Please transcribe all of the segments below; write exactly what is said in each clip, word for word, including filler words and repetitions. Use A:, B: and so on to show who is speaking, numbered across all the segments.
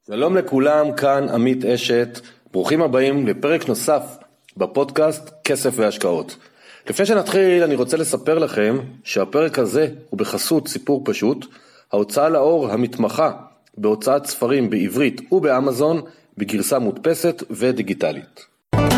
A: שלום לכולם, כאן עמית אשת, ברוכים הבאים לפרק נוסף בפודקאסט כסף והשקעות. לפני שנתחיל אני רוצה לספר לכם שהפרק הזה הוא בחסות סיפור פשוט, ההוצאה לאור המתמחה בהוצאת ספרים בעברית ובאמזון בגרסה מודפסת ודיגיטלית.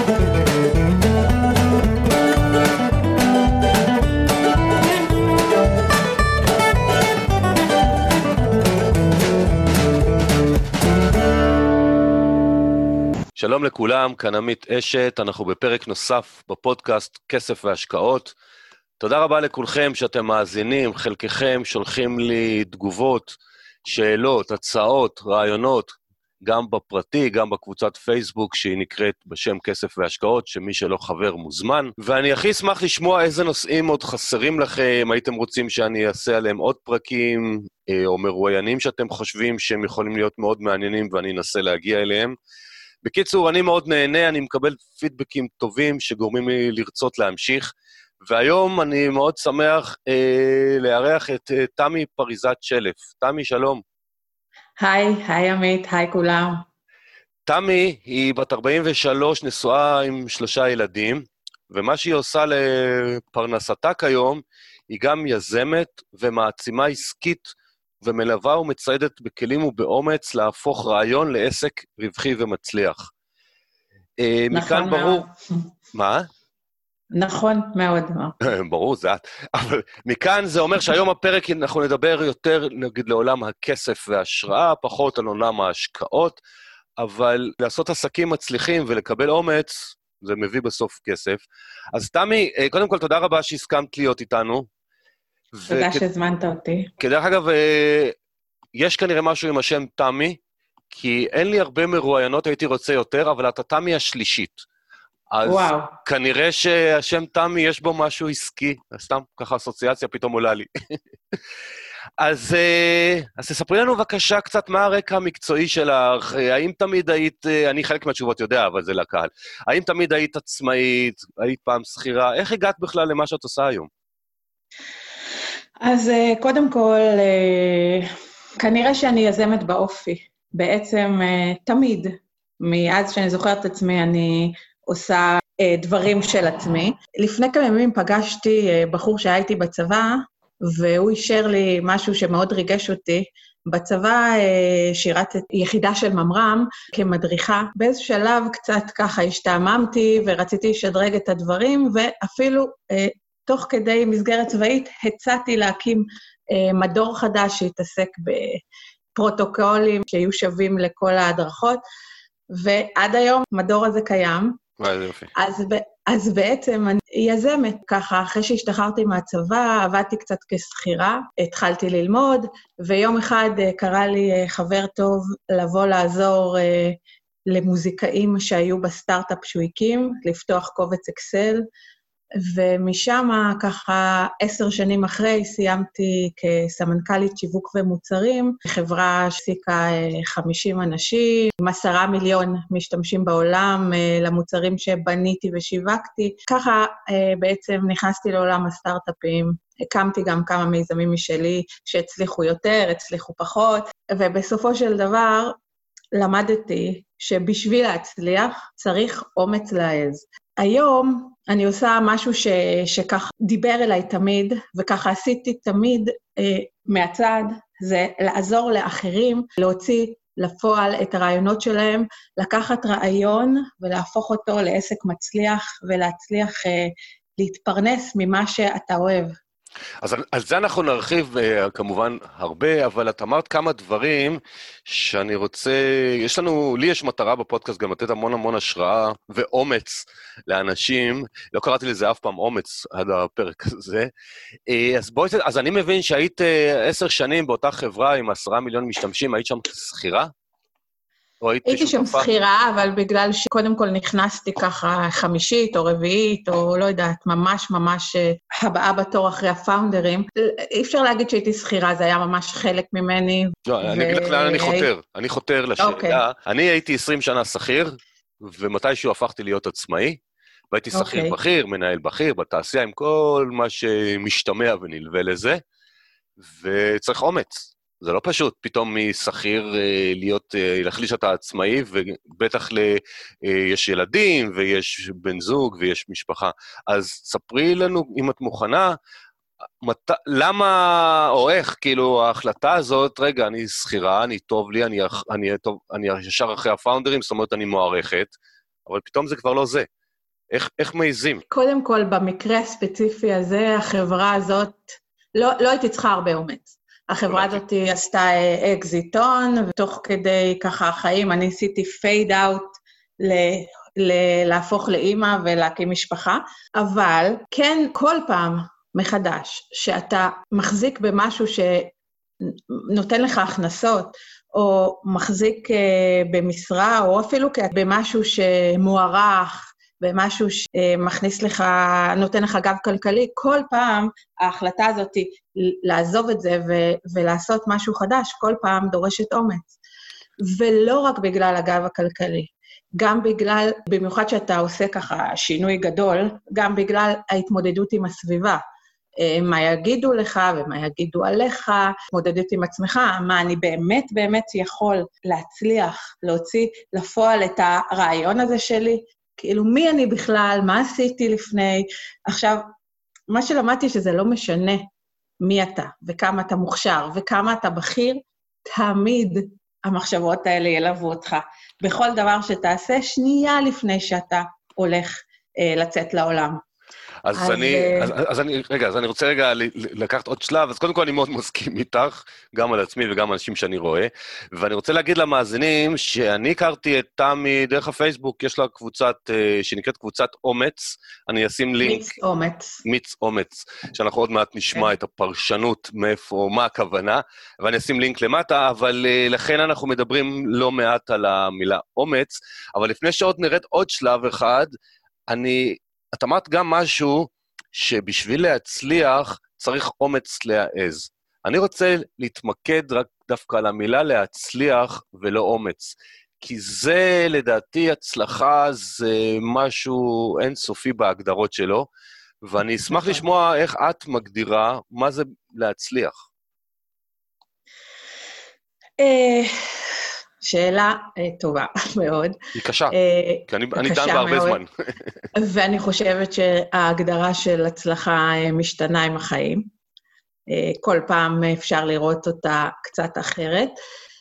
A: שלום לכולם, כאן עמית אשת, אנחנו בפרק נוסף בפודקאסט כסף והשקעות. תודה רבה לכולכם שאתם מאזינים, חלקכם שולחים לי תגובות, שאלות, הצעות, רעיונות, גם בפרטי, גם בקבוצת פייסבוק שהיא נקראת בשם כסף והשקעות, שמי שלא חבר מוזמן. ואני הכי אשמח לשמוע איזה נושאים עוד חסרים לכם, הייתם רוצים שאני אעשה עליהם עוד פרקים, או מרואיינים שאתם חושבים שהם יכולים להיות מאוד מעניינים ואני אנסה להגיע אליהם. בקיצור, אני מאוד נהנה, אני מקבל פידבקים טובים שגורמים לי לרצות להמשיך, והיום אני מאוד שמח אה, לארח את אה, תמי פריזת שלף. תמי, שלום.
B: היי, היי עמית, היי כולם.
A: תמי היא בת ארבעים ושלוש, נשואה עם שלושה ילדים, ומה שהיא עושה לפרנסתה כיום, היא גם יזמת ומעצימה עסקית, ומלווה ומציידת בכלים ובאומץ להפוך רעיון לעסק רווחי ומצליח.
B: נכון מאוד.
A: מה?
B: נכון מאוד.
A: ברור, זה את. אבל מכאן זה אומר שהיום הפרק אנחנו נדבר יותר, נגיד, לעולם הכסף וההשראה, פחות על עולם ההשקעות, אבל לעשות עסקים מצליחים ולקבל אומץ, זה מביא בסוף כסף. אז תמי, קודם כל תודה רבה שהסכמת להיות איתנו,
B: תודה שהזמנת אותי.
A: כדרך אגב, יש כנראה משהו עם השם תמי, כי אין לי הרבה מרואיינות, הייתי רוצה יותר, אבל אתה תמי השלישית. אז
B: וואו.
A: כנראה שהשם תמי יש בו משהו עסקי, סתם ככה אסוציאציה פתאום עולה לי. אז, אז תספרי לנו בבקשה קצת מה הרקע המקצועי שלך, האם תמיד היית, אני חלק מהתשובות יודע, אבל זה לקהל, האם תמיד היית עצמאית, היית פעם שכירה, איך הגעת בכלל למה שאת עושה היום?
B: אז קודם כל, כנראה שאני יזמת באופי. בעצם תמיד, מאז שאני זוכרת את עצמי, אני עושה דברים של עצמי. לפני כמה ימים פגשתי בחור שהייתי בצבא, והוא אישר לי משהו שמאוד ריגש אותי. בצבא שירתתי יחידה של ממר"ם כמדריכה. באיזה שלב קצת ככה השתעממתי ורציתי לשדרג את הדברים, ואפילו תוך כדי מסגרת צבאית הצעתי להקים אה, מדור חדש שהתעסק בפרוטוקולים שיהיו שווים לכל ההדרכות, ועד היום מדור הזה קיים.
A: וואי, זה יופי.
B: אז, אז בעצם אני יזמת ככה, אחרי שהשתחררתי מהצבא, עבדתי קצת כשכירה, התחלתי ללמוד, ויום אחד אה, קרא לי אה, חבר טוב לבוא לעזור אה, למוזיקאים שהיו בסטארט-אפ שהוא הקים, לפתוח קובץ אקסל, ומשם ככה עשר שנים אחרי סיימתי כסמנכ"לית שיווק ומוצרים, חברה שהעסיקה חמישים אנשים, עם עשרה מיליון משתמשים בעולם למוצרים שבניתי ושיווקתי. ככה בעצם נכנסתי לעולם הסטארט-אפים, הקמתי גם כמה מיזמים משלי שהצליחו יותר, הצליחו פחות, ובסופו של דבר למדתי שבשביל להצליח צריך אומץ להעז. היום אני עושה משהו ש, שכך דיבר אליי תמיד, וככה עשיתי תמיד אה, מהצד, זה לעזור לאחרים, להוציא לפועל את הרעיונות שלהם, לקחת רעיון ולהפוך אותו לעסק מצליח, ולהצליח אה, להתפרנס ממה שאתה אוהב.
A: אז על זה אנחנו נרחיב כמובן הרבה, אבל את אמרת כמה דברים שאני רוצה, יש לנו, לי יש מטרה בפודקאסט גם לתת המון המון השראה ואומץ לאנשים, לא קראתי לזה אף פעם אומץ עד הפרק הזה, אז בואי, אז אני מבין שהיית עשר שנים באותה חברה עם עשרה מיליון משתמשים, היית שם שכירה?
B: הייתי שם שכירה, אבל בגלל שקודם כל נכנסתי ככה חמישית או רביעית, או לא יודעת, ממש ממש הבאה בתור אחרי הפאונדרים. אי אפשר להגיד שהייתי שכירה, זה היה ממש חלק ממני.
A: לא, אני אגיד לך לאן אני חותר. אני חותר לשאלה. אני הייתי עשרים שנה שכיר, ומתישהו הפכתי להיות עצמאי, והייתי שכיר בכיר, מנהל בכיר, בתעשייה עם כל מה שמשתמע ונלווה לזה, וצריך אומץ. זה לא פשוט, פתאום משכיר להיות, להחליש את העצמאי, ובטח ל, יש ילדים, ויש בן זוג, ויש משפחה. אז ספרי לנו, אם את מוכנה, מת, למה, או איך, כאילו, ההחלטה הזאת, רגע, אני שכירה, אני טוב לי, אני, אני, טוב, אני ישר אחרי הפאונדרים, זאת אומרת, אני מוערכת, אבל פתאום זה כבר לא זה. איך, איך מעיזים?
B: קודם כל, במקרה הספציפי הזה, החברה הזאת, לא, לא הייתי צריכה הרבה אומץ. החברה הזאת עשתה אקזיטון, ותוך כדי ככה החיים, אני עשיתי פייד אאוט ל- ל- להפוך לאמא ולהקים משפחה, אבל כן, כל פעם מחדש, שאתה מחזיק במשהו שנותן לך הכנסות, או מחזיק במשרה, או אפילו במשהו שמוערך, במשהו שמכניס לך, נותן לך גב כלכלי, כל פעם ההחלטה הזאת לעזוב את זה ו- ולעשות משהו חדש, כל פעם דורשת אומץ. ולא רק בגלל הגב הכלכלי, גם בגלל, במיוחד שאתה עושה ככה שינוי גדול, גם בגלל ההתמודדות עם הסביבה. מה יגידו לך ומה יגידו עליך, התמודדות עם עצמך, מה אני באמת באמת יכול להצליח, להוציא לפועל את הרעיון הזה שלי, כאילו, מי אני בכלל, מה עשיתי לפני? עכשיו, מה שלמדתי שזה לא משנה מי אתה, וכמה אתה מוכשר, וכמה אתה בכיר, תמיד המחשבות האלה ילוו אותך. בכל דבר שתעשה, שנייה לפני שאתה הולך אה, לצאת לעולם.
A: אז, אז אני, אז, אז אני, רגע, אז אני רוצה רגע לקחת עוד שלב, אז קודם כל אני מאוד מסכים איתך, גם על עצמי וגם על אנשים שאני רואה, ואני רוצה להגיד למאזינים שאני הכרתי את תמי דרך הפייסבוק, יש לה קבוצת, שנקראת קבוצת אומץ, אני אשים לינק...
B: מיץ אומץ.
A: מיץ אומץ, שאנחנו עוד מעט נשמע את הפרשנות מאיפה, מה הכוונה, ואני אשים לינק למטה, אבל לכן אנחנו מדברים לא מעט על המילה אומץ, אבל לפני שעוד נרד עוד שלב אחד, אני... את אמרת גם משהו שבשביל להצליח צריך אומץ להעז. אני רוצה להתמקד רק דווקא על המילה להצליח ולא אומץ, כי זה לדעתי הצלחה זה משהו אינסופי בהגדרות שלו, ואני אשמח לשמוע איך את מגדירה מה זה להצליח.
B: שאלה טובה מאוד.
A: היא קשה, כי אני דן בהרבה זמן.
B: ואני חושבת שההגדרה של הצלחה משתנה עם החיים. כל פעם אפשר לראות אותה קצת אחרת.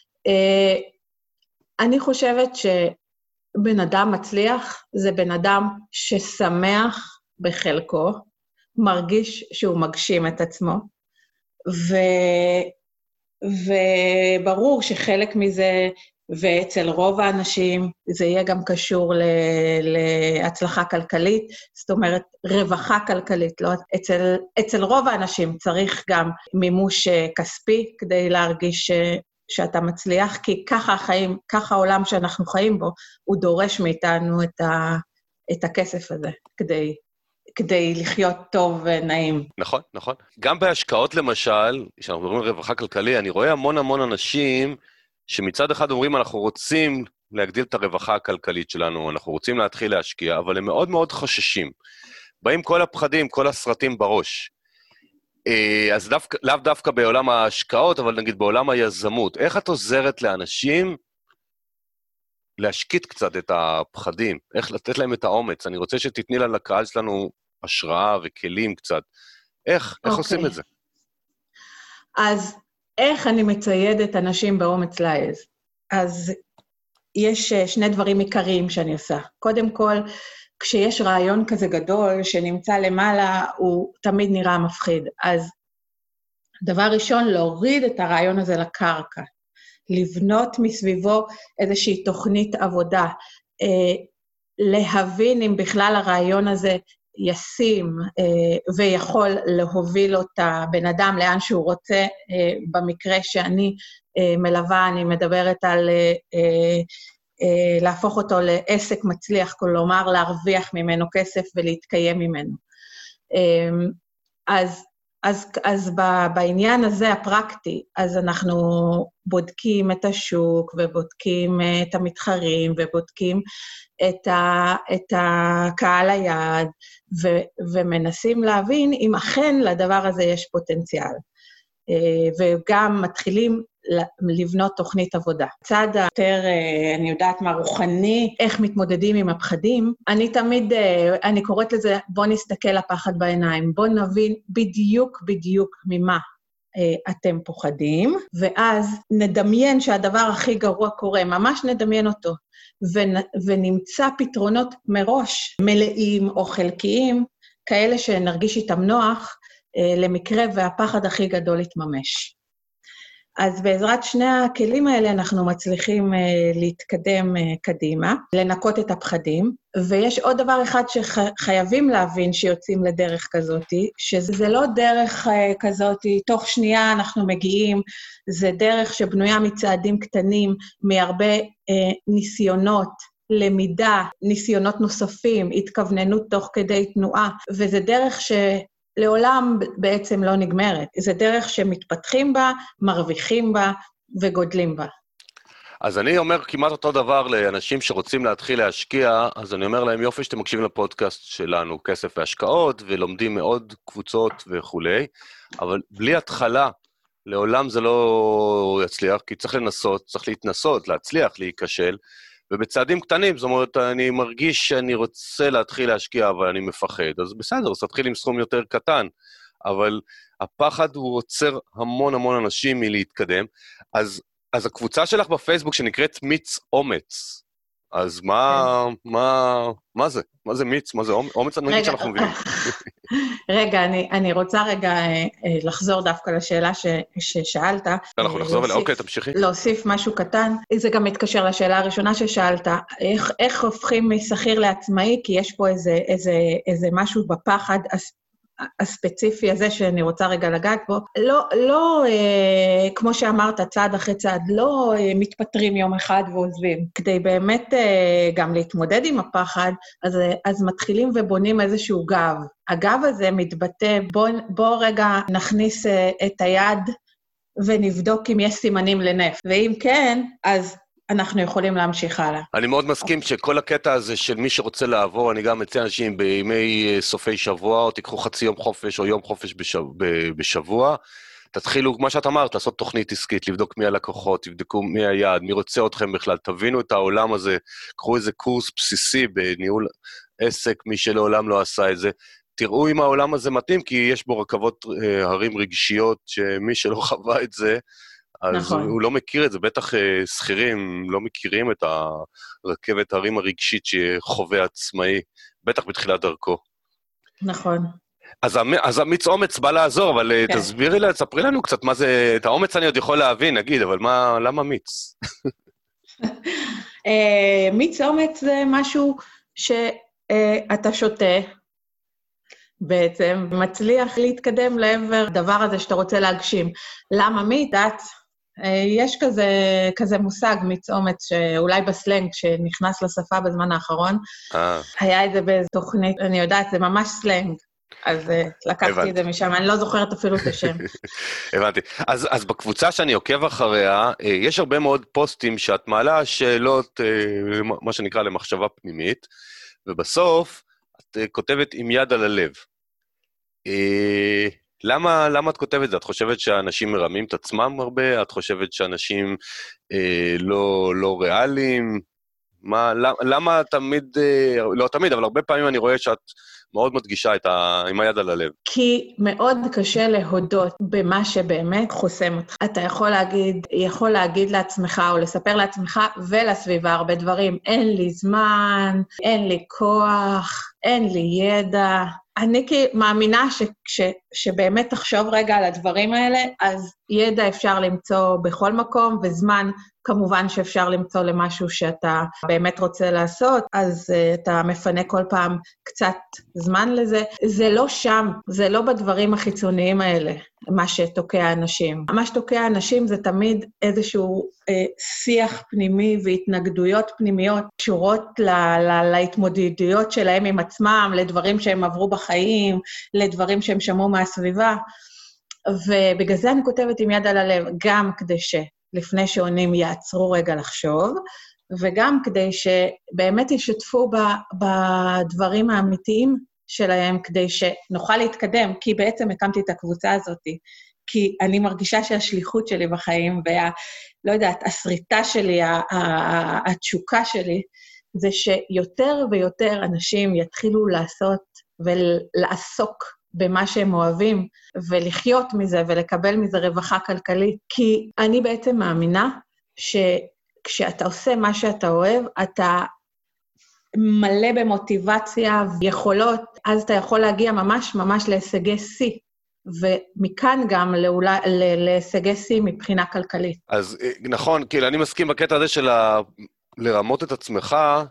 B: אני חושבת שבן אדם מצליח זה בן אדם ששמח בחלקו, מרגיש שהוא מגשים את עצמו, ו... וברור שחלק מזה, ואצל רוב האנשים, זה יהיה גם קשור ל... להצלחה כלכלית, זאת אומרת, רווחה כלכלית, לא? אצל, אצל רוב האנשים צריך גם מימוש כספי, כדי להרגיש ש... שאתה מצליח, כי ככה החיים, ככה העולם שאנחנו חיים בו, הוא דורש מאיתנו את, ה... את הכסף הזה, כדי... כדי לחיות טוב ונעים.
A: נכון, נכון. גם בהשקעות למשל, כשאנחנו מדברים על רווחה כלכלי, אני רואה המון המון אנשים שמצד אחד אומרים, אנחנו רוצים להגדיל את הרווחה הכלכלית שלנו, אנחנו רוצים להתחיל להשקיע, אבל הם מאוד מאוד חוששים. באים כל הפחדים, כל הסרטים בראש. אז דווקא, לאו דווקא בעולם ההשקעות, אבל נגיד בעולם היזמות. איך את עוזרת לאנשים להשקיט קצת את הפחדים? איך לתת להם את האומץ? אני רוצה שתתני לה לקהל שלנו השראה וכלים קצת. איך? איך okay. עושים את זה?
B: אז איך אני מציידת אנשים באומץ להעז? אז יש שני דברים עיקריים שאני עושה. קודם כל, כשיש רעיון כזה גדול שנמצא למעלה, הוא תמיד נראה מפחיד. אז דבר ראשון, להוריד את הרעיון הזה לקרקע. לבנות מסביבו איזושהי תוכנית עבודה. להבין אם בכלל הרעיון הזה ישים ויכול להוביל אותה בן אדם לאן שהוא רוצה. במקרה שאני מלווה, אני מדברת על להפוך אותו לעסק מצליח, כלומר להרוויח ממנו כסף ולהתקיים ממנו. אז, אז, אז בעניין הזה הפרקטי, אז אנחנו בודקים את השוק ובודקים את המתחרים ובודקים את, ה, את הקהל היעד ו, ומנסים להבין אם אכן לדבר הזה יש פוטנציאל. וגם מתחילים לבנות תוכנית עבודה. צד יותר, אני יודעת מה, רוחני, איך מתמודדים עם הפחדים, אני תמיד, אני קוראת לזה, בוא נסתכל לפחד בעיניים, בוא נבין בדיוק בדיוק ממה אתם פוחדים, ואז נדמיין שהדבר הכי גרוע קורה, ממש נדמיין אותו, ונמצא פתרונות מראש, מלאים או חלקיים, כאלה שנרגיש איתם נוח, למקרה והפחד הכי גדול יתממש. אז בעזרת שני הכלים האלה אנחנו מצליחים להתקדם קדימה, לנקות את הפחדים, ויש עוד דבר אחד שחייבים להבין שיוצאים לדרך כזאת, שזה לא דרך כזאת, תוך שנייה אנחנו מגיעים, זה דרך שבנויה מצעדים קטנים, מהרבה ניסיונות, למידה, ניסיונות נוספים, התכווננות תוך כדי תנועה, וזה דרך ש... לעולם בעצם לא נגמרת. זה דרך שמתפתחים בה, מרוויחים בה וגודלים בה.
A: אז אני אומר כמעט אותו דבר לאנשים שרוצים להתחיל להשקיע, אז אני אומר להם יופי שאתם מקשיבים לפודקאסט שלנו, כסף והשקעות, ולומדים מאוד קבוצות וכולי, אבל בלי התחלה, לעולם זה לא יצליח, כי צריך לנסות, צריך להתנסות, להצליח, להיכשל, ובצעדים קטנים, זאת אומרת, אני מרגיש שאני רוצה להתחיל להשקיע, אבל אני מפחד. אז בסדר, אז תתחיל עם סכום יותר קטן, אבל הפחד הוא עוצר המון המון אנשים מלהתקדם. אז, אז הקבוצה שלך בפייסבוק שנקראת מיץ אומץ, אז מה, מה, מה זה? מה זה מיץ? מה זה אומץ? אני נגיד שאנחנו מבינים.
B: רגע, אני, אני רוצה רגע לחזור דווקא לשאלה ש, ששאלת.
A: אנחנו נחזור אליה, אוקיי, תמשיכי.
B: להוסיף משהו קטן. זה גם מתקשר לשאלה הראשונה ששאלת. איך, איך הופכים משכיר לעצמאי? כי יש פה איזה, איזה, איזה משהו בפחד הספציפי הזה שאני רוצה רגע לגעת בו. לא, לא, אה, כמו שאמרת, צעד אחרי צעד, לא אה, מתפטרים יום אחד ועוזבים. כדי באמת אה, גם להתמודד עם הפחד, אז, אה, אז מתחילים ובונים איזשהו גב. הגב הזה מתבטא, בוא, בוא רגע נכניס אה, את היד ונבדוק אם יש סימנים לנפט. ואם כן, אז אנחנו יכולים להמשיך הלאה.
A: אני מאוד מסכים שכל הקטע הזה של מי שרוצה לעבור, אני גם מציע אנשים בימי סופי שבוע, או תיקחו חצי יום חופש או יום חופש בשבוע, תתחילו, כמו שאת אמרת, לעשות תוכנית עסקית, לבדוק מי הלקוחות, תבדקו מי היעד, מי רוצה אתכם בכלל, תבינו את העולם הזה, קחו איזה קורס בסיסי בניהול עסק, מי שלעולם לא עשה את זה, תראו אם העולם הזה מתאים, כי יש בו רכבות הרים רגשיות, שמי שלא חווה את זה, אז נכון. הוא לא מכיר את זה, בטח שכירים לא מכירים את הרכבת הרים הרגשית שחווה עצמאי, בטח בתחילת דרכו.
B: נכון.
A: אז, אז המיץ אומץ בא לעזור, אבל כן. תסבירי לה, תספרי לנו קצת מה זה, את האומץ אני עוד יכול להבין, נגיד, אבל מה, למה מיץ?
B: מיץ אומץ זה משהו שאתה שותה, בעצם מצליח להתקדם לעבר הדבר הזה שאתה רוצה להגשים. למה מיץ? יש כזה, כזה מושג, מיץ אומץ, שאולי בסלנג שנכנס לשפה בזמן האחרון, אה. היה את זה באיזו תוכנית, אני יודעת, זה ממש סלנג, אז לקחתי הבנתי. את זה משם, אני לא זוכרת אפילו את השם.
A: הבנתי. אז, אז בקבוצה שאני עוקב אחריה, יש הרבה מאוד פוסטים שאת מעלה שאלות, מה שנקרא למחשבה פנימית, ובסוף את כותבת עם יד על הלב. למה, למה את כותבת את זה? את חושבת שאנשים מרמים את עצמם הרבה? את חושבת שאנשים אה, לא, לא ריאליים? מה, למה, למה תמיד, אה, לא תמיד, אבל הרבה פעמים אני רואה שאת מאוד מדגישה את ה, עם היד על הלב.
B: כי מאוד קשה להודות במה שבאמת חוסם אותך. אתה יכול להגיד, יכול להגיד לעצמך או לספר לעצמך ולסביבה הרבה דברים. אין לי זמן, אין לי כוח, אין לי ידע. אני מאמינה ש, ש, שבאמת תחשוב רגע על הדברים האלה, אז ידע אפשר למצוא בכל מקום, וזמן כמובן שאפשר למצוא למשהו שאתה באמת רוצה לעשות, אז uh, אתה מפנה כל פעם קצת זמן לזה. זה לא שם, זה לא בדברים החיצוניים האלה, מה שתוקע אנשים. מה שתוקע אנשים זה תמיד איזשהו uh, שיח פנימי והתנגדויות פנימיות, קשורות ל- ל- להתמודדויות שלהם עם עצמם, לדברים שהם עברו בחיים, לדברים שהם שמעו מהסביבה, ובגלל זה אני כותבת עם יד על הלב, גם כדי ש... לפני שעונים יעצרו רגע לחשוב, וגם כדי שבאמת ישתפו בדברים האמיתיים שלהם, כדי שנוכל להתקדם, כי בעצם הקמתי את הקבוצה הזאת, כי אני מרגישה שהשליחות שלי בחיים, וה, לא יודעת, הסריטה שלי, התשוקה שלי, זה שיותר ויותר אנשים יתחילו לעשות ולעסוק במה שהם אוהבים, ולחיות מזה ולקבל מזה רווחה כלכלית, כי אני בעצם מאמינה שכשאתה עושה מה שאתה אוהב, אתה מלא במוטיבציה ויכולות, אז אתה יכול להגיע ממש ממש להישגי שיא, ומכאן גם לאולי, להישגי שיא מבחינה כלכלית.
A: אז נכון, כאילו אני מסכים בקטע הזה של ה... לרמות את עצמך,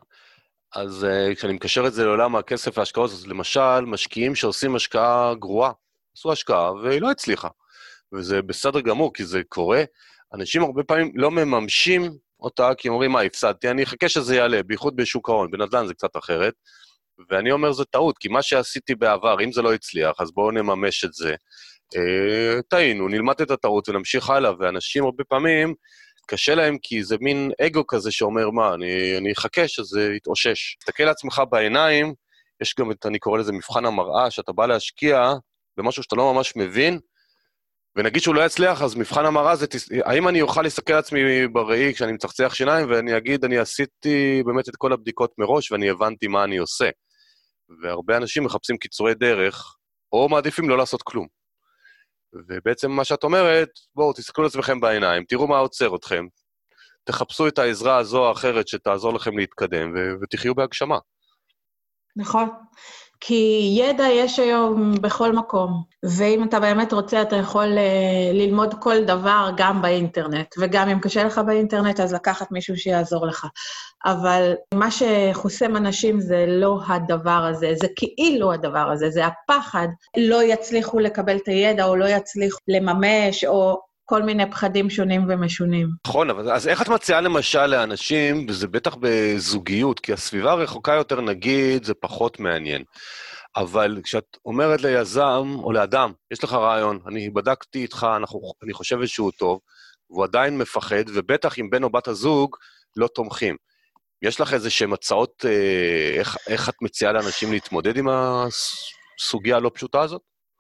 A: אז uh, כשאני מקשר את זה לעולם הכסף וההשקעות, אז למשל, משקיעים שעושים השקעה גרועה, עשו השקעה והיא לא הצליחה, וזה בסדר גמור, כי זה קורה, אנשים הרבה פעמים לא מממשים אותה, כי הם אומרים, מה, הפסדתי, אני אחכה שזה יעלה, בייחוד בשוק ההון, בנדל"ן זה קצת אחרת, ואני אומר, זה טעות, כי מה שעשיתי בעבר, אם זה לא הצליח, אז בואו נממש את זה, uh, טעינו, נלמד את הטעות ונמשיך הלאה, ואנשים הרבה פעמים, קשה להם כי זה מין אגו כזה שאומר, מה, אני, אני אחכה שזה יתאושש. תסתכל לעצמך בעיניים, יש גם את, אני קורא לזה מבחן המראה, שאתה בא להשקיע במשהו שאתה לא ממש מבין, ונגיד שהוא לא יצליח, אז מבחן המראה זה, האם אני אוכל להסתכל לעצמי בראי כשאני מצחצח שיניים, ואני אגיד, אני עשיתי באמת את כל הבדיקות מראש, ואני הבנתי מה אני עושה. והרבה אנשים מחפשים קיצורי דרך, או מעדיפים לא לעשות כלום. ובעצם מה שאת אומרת, בואו, תסתכלו לעצמכם בעיניים, תראו מה עוצר אתכם, תחפשו את העזרה הזו או האחרת שתעזור לכם להתקדם, ו- ותחיו בהגשמה.
B: נכון, כי ידע יש היום בכל מקום, ואם אתה באמת רוצה, אתה יכול uh, ללמוד כל דבר גם באינטרנט, וגם אם קשה לך באינטרנט, אז לקחת מישהו שיעזור לך. אבל מה שחוסם אנשים זה לא הדבר הזה, זה כאילו הדבר הזה, זה הפחד, לא יצליחו לקבל את הידע, או לא יצליחו לממש, או כל מיני פחדים שונים ומשונים.
A: נכון, אבל אז איך את מציעה למשל לאנשים, וזה בטח בזוגיות, כי הסביבה הרחוקה יותר נגיד, זה פחות מעניין. אבל כשאת אומרת ליזם או לאדם, יש לך רעיון, אני בדקתי איתך, אנחנו, אני חושבת שהוא טוב, והוא עדיין מפחד, ובטח אם בן או בת הזוג לא תומכים. יש לך איזה שהן הצעות, אה, איך, איך את מציעה לאנשים להתמודד עם הסוגיה הלא פשוטה הזאת?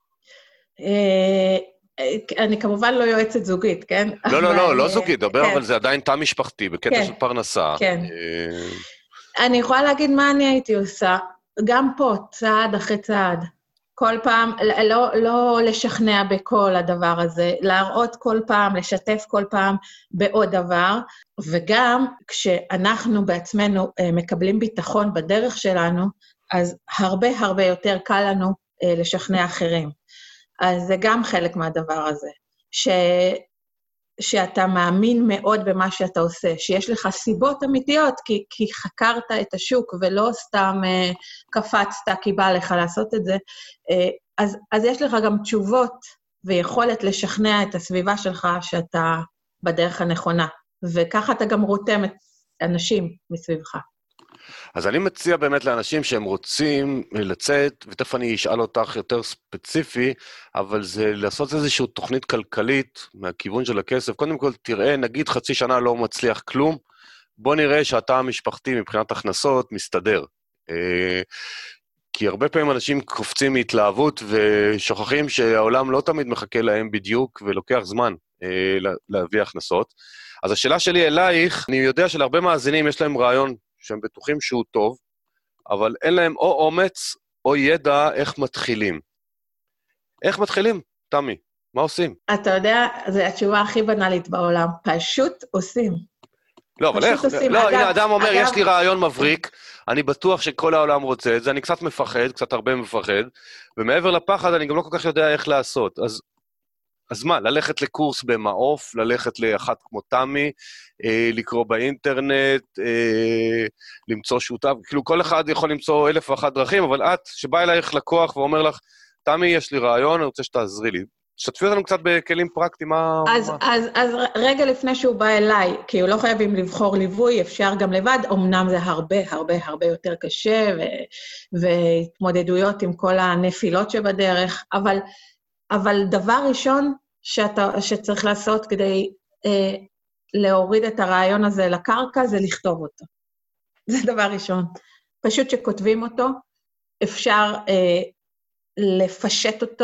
B: אני כמובן לא יועצת זוגית, כן?
A: לא, לא, לא, לא זוגית, דבר, אבל זה עדיין תא משפחתי, בקטע של פרנסה.
B: כן. אני יכולה להגיד מה אני הייתי עושה, גם פה, צעד אחרי צעד. כל פעם, לא, לא לשכנע בכל הדבר הזה, להראות כל פעם, לשתף כל פעם בעוד דבר, וגם כשאנחנו בעצמנו מקבלים ביטחון בדרך שלנו, אז הרבה הרבה יותר קל לנו לשכנע אחרים. אז זה גם חלק מהדבר הזה, ש... שאתה מאמין מאוד במה שאתה עושה, שיש לך סיבות אמיתיות, כי, כי חקרת את השוק, ולא סתם uh, קפצת, כי בא לך לעשות את זה, uh, אז, אז יש לך גם תשובות, ויכולת לשכנע את הסביבה שלך, שאתה בדרך הנכונה, וככה אתה גם רותם את אנשים מסביבך.
A: אז אני מציע באמת לאנשים שהם רוצים לצאת, ותכף אני אשאל אותך יותר ספציפי, אבל זה לעשות איזושהי תוכנית כלכלית מהכיוון של הכסף. קודם כל, תראה, נגיד חצי שנה לא מצליח כלום, בוא נראה שאתה המשפחתי מבחינת הכנסות מסתדר. כי הרבה פעמים אנשים קופצים מהתלהבות ושוכחים שהעולם לא תמיד מחכה להם בדיוק, ולוקח זמן להביא הכנסות. אז השאלה שלי אלייך, אני יודע שלהרבה מאזינים יש להם רעיון, שהם בטוחים שהוא טוב, אבל אין להם או אומץ או ידע איך מתחילים. איך מתחילים, תמי? מה עושים?
B: אתה יודע, זו התשובה הכי בנאלית בעולם. פשוט עושים.
A: לא, אבל איך? לא, הנה, אדם אומר, יש לי רעיון מבריק, אני בטוח שכל העולם רוצה את זה, אני קצת מפחד, קצת הרבה מפחד, ומעבר לפחד אני גם לא כל כך יודע איך לעשות. אז אז מה, ללכת לקורס במעוף, ללכת לאחת כמו תמי, אה, לקרוא באינטרנט, אה, למצוא שותף, כאילו כל אחד יכול למצוא אלף ואחת דרכים, אבל את, שבא אלייך לקוח ואומר לך, תמי, יש לי רעיון, אני רוצה שתעזרי לי. שתפי אותנו קצת בכלים פרקטיים, מה...
B: אז, מה... אז, אז רגע לפני שהוא בא אליי, כי הוא לא חייבים לבחור ליווי, אפשר גם לבד, אמנם זה הרבה, הרבה, הרבה יותר קשה, ו, והתמודדויות עם כל הנפילות שבדרך, אבל... אבל דבר ראשון שאתה, שצריך לעשות כדי אה, להוריד את הרעיון הזה לקרקע, זה לכתוב אותו. זה דבר ראשון. פשוט שכותבים אותו, אפשר אה, לפשט אותו,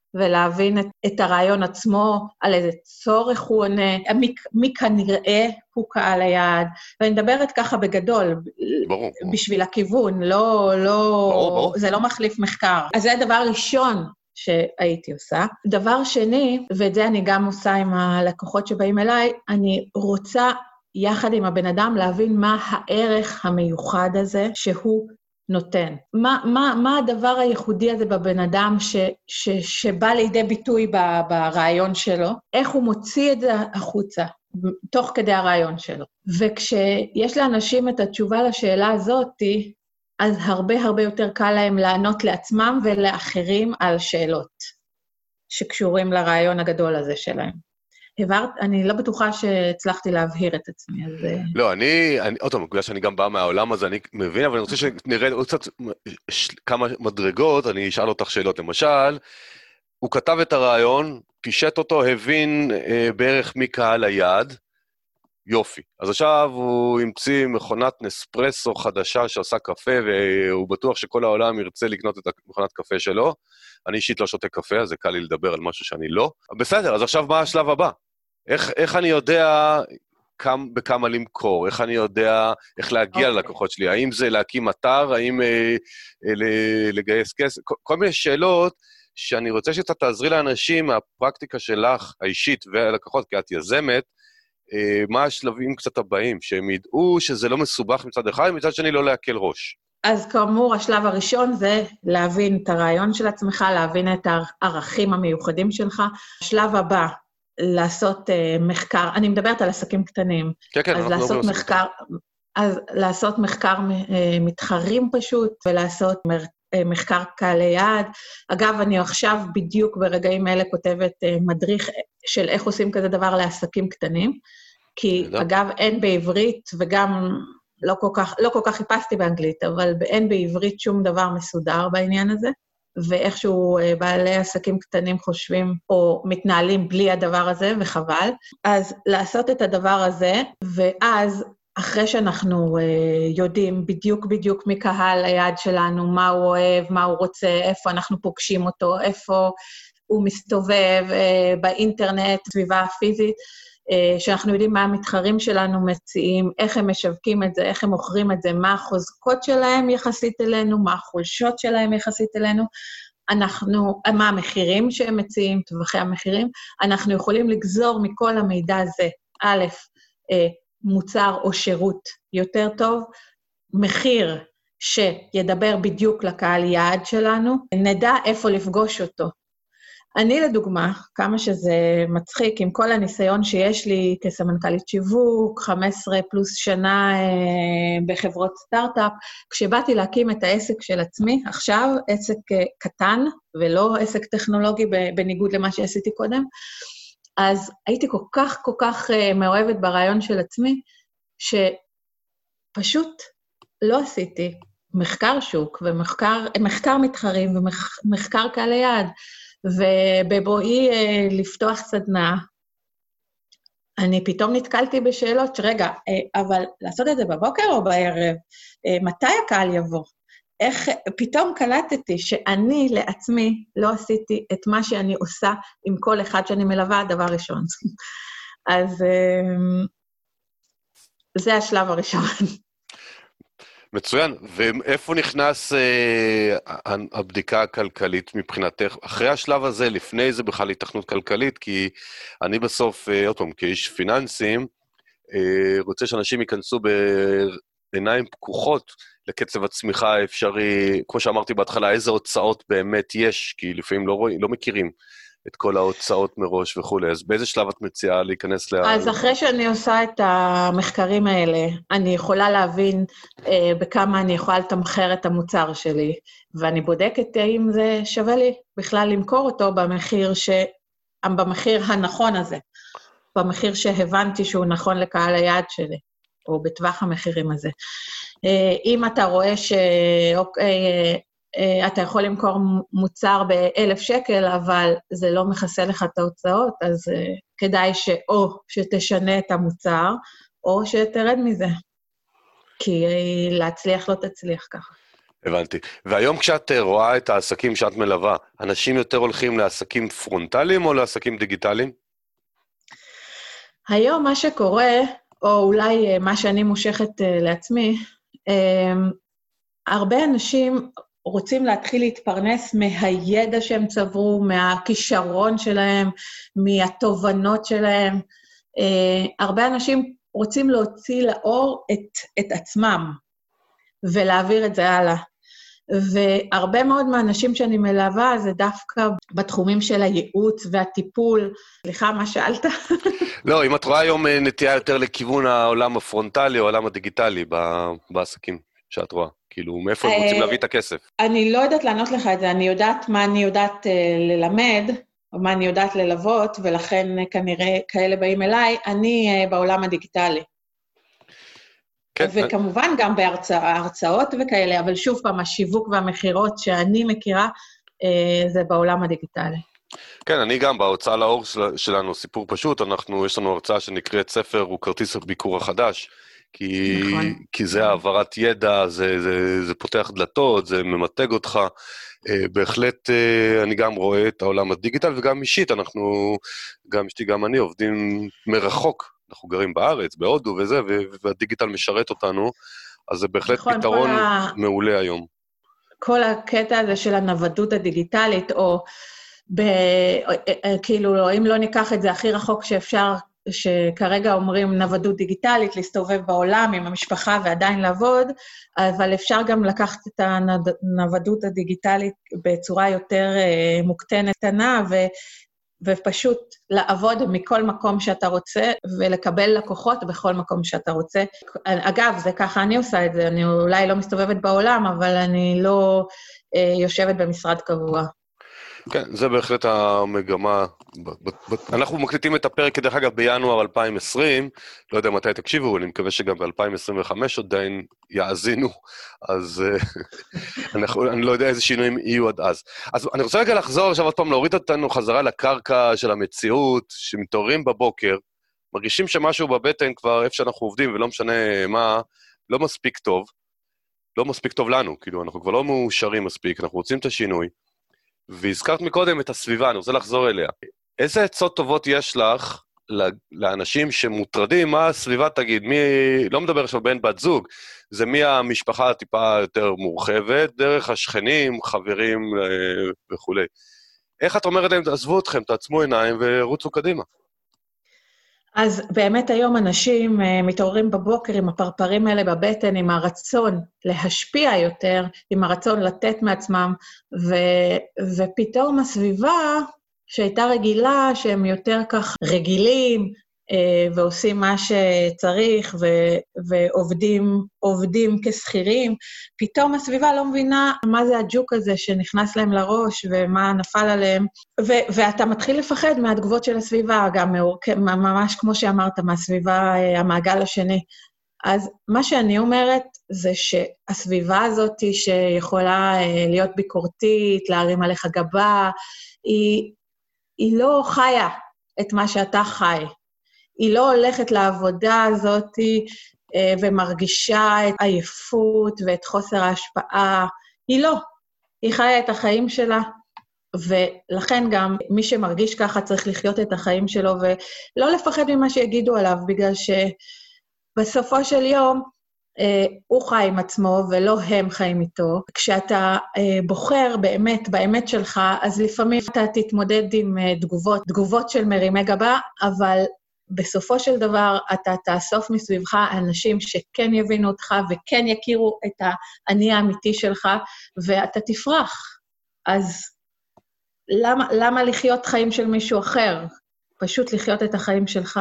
B: ולהבין את, את הרעיון עצמו, על איזה צורך הוא עונה, מי, מי כנראה הוא קהל היעד, ואני מדברת ככה בגדול,
A: ברור, ברור.
B: בשביל הכיוון, לא, לא,
A: ברור, ברור.
B: זה לא מחליף מחקר. אז זה הדבר הראשון שהייתי עושה. דבר שני, ואת זה אני גם עושה עם הלקוחות שבאים אליי, אני רוצה יחד עם הבן אדם להבין מה הערך המיוחד הזה שהוא נותן. מה, מה, מה הדבר הייחודי הזה בבן אדם ש, ש, שבא לידי ביטוי ב, ברעיון שלו, איך הוא מוציא את זה החוצה, תוך כדי הרעיון שלו. וכשיש לאנשים את התשובה לשאלה הזאת, אז הרבה הרבה יותר קל להם לענות לעצמם ולאחרים על שאלות שקשורים לרעיון הגדול הזה שלהם. הברת, אני לא בטוחה שהצלחתי להבהיר את עצמי, אז...
A: לא, אני, אני, עוד פעם, בגלל שאני גם בא מהעולם הזה, אני מבין, אבל אני רוצה שנראה עוד קצת כמה מדרגות, אני אשאל אותך שאלות. למשל, הוא כתב את הרעיון, פישט אותו, הבין אה, בערך מי קהל היעד, יופי. אז עכשיו הוא המציא מכונת נספרסו חדשה שעושה קפה, והוא בטוח שכל העולם ירצה לקנות את מכונת קפה שלו. אני אישית לא שותה קפה, אז זה קל לי לדבר על משהו שאני לא. בסדר, אז עכשיו מה השלב הבא? איך, איך אני יודע כמה, בכמה למכור? איך אני יודע איך להגיע okay. ללקוחות שלי? האם זה להקים אתר? האם אה, אה, לגייס כסף? כל, כל מיני שאלות שאני רוצה שאתה תעזרי לאנשים מהפרקטיקה שלך האישית והלקוחות, כי את יזמת, אה, מה השלבים קצת הבאים? שהם ידעו שזה לא מסובך מצד אחד, מצד שני לא להקל ראש.
B: אז כאמור, השלב הראשון זה להבין את הרעיון של עצמך, להבין את הערכים המיוחדים שלך. השלב הבא, לעשות uh, מחקר, אני מדברת על עסקים קטנים,
A: כן, כן,
B: אז לעשות מחקר, אז לעשות מחקר uh, מתחרים פשוט, ולעשות מר, uh, מחקר קהל יעד. אגב, אני עכשיו בדיוק ברגעים האלה כותבת uh, מדריך של איך עושים כזה דבר לעסקים קטנים, כי לא. אגב, אין בעברית, וגם לא כל כך, לא כל כך חיפשתי באנגלית, אבל אין בעברית שום דבר מסודר בעניין הזה. ואיכשהו בעלי עסקים קטנים חושבים או מתנהלים בלי הדבר הזה, וחבל. אז לעשות את הדבר הזה, ואז אחרי שאנחנו יודעים בדיוק בדיוק מקהל היעד שלנו, מה הוא אוהב, מה הוא רוצה, איפה אנחנו פוגשים אותו, איפה הוא מסתובב באינטרנט, סביבה הפיזית, שאנחנו יודעים מה המתחרים שלנו מציעים, איך הם משווקים את זה, איך הם מוכרים את זה, מה החוזקות שלהם יחסית אלינו, מה החולשות שלהם יחסית אלינו, אנחנו, מה המחירים שהם מציעים, טווחי המחירים, אנחנו יכולים לגזור מכל המידע הזה, א', מוצר או שירות יותר טוב, מחיר שידבר בדיוק לקהל יעד שלנו, נדע איפה לפגוש אותו. אני לדוגמה, כמה שזה מצחיק, עם כל הניסיון שיש לי כסמנכ"לית שיווק, חמש עשרה פלוס שנה אה, בחברות סטארט-אפ, כשבאתי להקים את העסק של עצמי, עכשיו עסק אה, קטן, ולא עסק טכנולוגי בניגוד למה שעשיתי קודם, אז הייתי כל כך כל כך אה, מאוהבת ברעיון של עצמי, שפשוט לא עשיתי מחקר שוק, ומחקר מחקר מתחרים, ומחקר קהל יעד, ובבואי אה, לפתוח סדנה, אני פתאום נתקלתי בשאלות שרגע, אה, אבל לעשות את זה בבוקר או בערב? אה, מתי הקהל יבוא? איך, פתאום קלטתי שאני לעצמי לא עשיתי את מה שאני עושה עם כל אחד שאני מלווה, דבר ראשון. אז אה, זה השלב הראשון.
A: מצוין, ואיפה נכנס אה, הבדיקה הכלכלית מבחינתך? אחרי השלב הזה, לפני זה בכלל התכנות כלכלית, כי אני בסוף, אה, עוד פעם, כאיש פיננסים, אה, רוצה שאנשים ייכנסו בעיניים פקוחות לקצב הצמיחה האפשרי, כמו שאמרתי בהתחלה, איזה הוצאות באמת יש, כי לפעמים לא, רואים, לא מכירים את כל ההוצאות מראש וכו'. אז באיזה שלב את מציעה להיכנס ל...
B: אז אחרי שאני עושה את המחקרים האלה, אני יכולה להבין אה, בכמה אני יכולה לתמחר את המוצר שלי, ואני בודקת האם זה שווה לי בכלל למכור אותו במחיר, ש... במחיר הנכון הזה, במחיר שהבנתי שהוא נכון לקהל היעד שלי, או בטווח המחירים הזה. אה, אם אתה רואה ש... אוקיי, אתה יכול למכור מוצר באלף שקל, אבל זה לא מכסה לך את ההוצאות, אז כדאי שאו שתשנה את המוצר, או שתרד מזה. כי להצליח לא תצליח ככה.
A: הבנתי. והיום כשאת רואה את העסקים שאת מלווה, אנשים יותר הולכים לעסקים פרונטליים או לעסקים דיגיטליים?
B: היום מה שקורה, או אולי מה שאני מושכת לעצמי, הרבה אנשים רוצים להתחיל להתפרנס מהידע שהם צברו, מהכישרון שלהם, מהתובנות שלהם. הרבה אנשים רוצים להוציא לאור את, את עצמם, ולהעביר את זה הלאה. והרבה מאוד מהאנשים שאני מלווה, זה דווקא בתחומים של הייעוץ והטיפול. סליחה, מה שאלת?
A: לא, אם את רואה היום נטייה יותר לכיוון העולם הפרונטלי או העולם הדיגיטלי בעסקים שאת רואה, כאילו, מאיפה הם רוצים להביא את הכסף?
B: אני לא יודעת לענות לך את זה, אני יודעת מה אני יודעת ללמד, או מה אני יודעת ללוות, ולכן כנראה כאלה באים אליי, אני בעולם הדיגיטלי. כן, וכמובן גם בהרצאות וכאלה, אבל שוב פעם, השיווק והמחירות שאני מכירה, זה בעולם הדיגיטלי.
A: כן, אני גם, בהוצאה לאור שלנו, סיפור פשוט, אנחנו, יש לנו הרצאה שנקראת ספר הוא כרטיס הביקור החדש, כי, נכון. כי זה העברת ידע, זה, זה, זה פותח דלתות, זה ממתג אותך, בהחלט אני גם רואה את העולם הדיגיטל, וגם אישית, אנחנו, גם אשתי, גם אני, עובדים מרחוק, אנחנו גרים בארץ, בהודו וזה, והדיגיטל משרת אותנו, אז זה בהחלט נכון, פתרון ה... מעולה היום.
B: כל הקטע הזה של הנוודות הדיגיטלית, או ב... כאילו, אם לא ניקח את זה הכי רחוק שאפשר, שכרגע אומרים נוודות דיגיטלית, להסתובב בעולם עם המשפחה ועדיין לעבוד, אבל אפשר גם לקחת את הנוודות הדיגיטלית בצורה יותר מוקטנת קטנה, ו... ופשוט לעבוד מכל מקום שאתה רוצה, ולקבל לקוחות בכל מקום שאתה רוצה. אגב, זה ככה אני עושה את זה, אני אולי לא מסתובבת בעולם, אבל אני לא אה, יושבת במשרד קבוע.
A: כן, זה בהחלט המגמה. אנחנו מקליטים את הפרק, דרך אגב, בינואר אלפיים ועשרים, לא יודע מתי תקשיבו, אני מקווה שגם ב-אלפיים עשרים וחמש עדיין יאזינו, אז אנחנו, אני לא יודע איזה שינויים יהיו עד אז. אז אני רוצה רגע לחזור עכשיו עוד פעם, להוריד אותנו חזרה לקרקע של המציאות, שמתעוררים בבוקר, מרגישים שמשהו בבטן כבר, איפה שאנחנו עובדים, ולא משנה מה, לא מספיק טוב, לא מספיק טוב לנו, כאילו, אנחנו כבר לא מאושרים מספיק, אנחנו רוצים את השינוי, והזכרת מקודם את הסביבה, אני רוצה לחזור אליה. איזה עצות טובות יש לך לאנשים שמוטרדים, מה הסביבה תגיד, מי, לא מדבר עכשיו בין בת זוג, זה מי המשפחה הטיפה יותר מורחבת, דרך השכנים, חברים וכו'. איך את אומרת להם, תעזבו אתכם, תעצמו עיניים ורוצו קדימה?
B: אז באמת היום אנשים מתעוררים בבוקר עם הפרפרים האלה בבטן, עם הרצון להשפיע יותר, עם הרצון לתת מעצמם, ו, ופתאום הסביבה שהייתה רגילה, שהם יותר כך רגילים, ועושים מה שצריך, ו, ועובדים עובדים כשכירים, פתאום הסביבה לא מבינה מה זה הג'וק הזה שנכנס להם לראש, ומה נפל עליהם, ו, ואתה מתחיל לפחד מהתגובות של הסביבה, גם ממש כמו שאמרת, מהסביבה, המעגל השני. אז מה שאני אומרת, זה שהסביבה הזאת שיכולה להיות ביקורתית, להרים עליך גבה, היא, היא לא חיה את מה שאתה חי. היא לא הולכת לעבודה הזאת ומרגישה את העייפות ואת חוסר ההשפעה. היא לא. היא חיה את החיים שלה, ולכן גם מי שמרגיש ככה צריך לחיות את החיים שלו, ולא לפחד ממה שיגידו עליו, בגלל שבסופו של יום הוא חי עם עצמו ולא הם חיים איתו. כשאתה בוחר באמת, באמת שלך, אז לפעמים אתה תתמודד עם תגובות, תגובות של מרימי גבה, אבל בסופו של דבר אתה תאסוף מסביבך אנשים שכן יבינו אותך וכן יכירו את האני האמיתי שלך, ואתה תפרח. אז למה, למה לחיות חיים של מישהו אחר? פשוט לחיות את החיים שלך.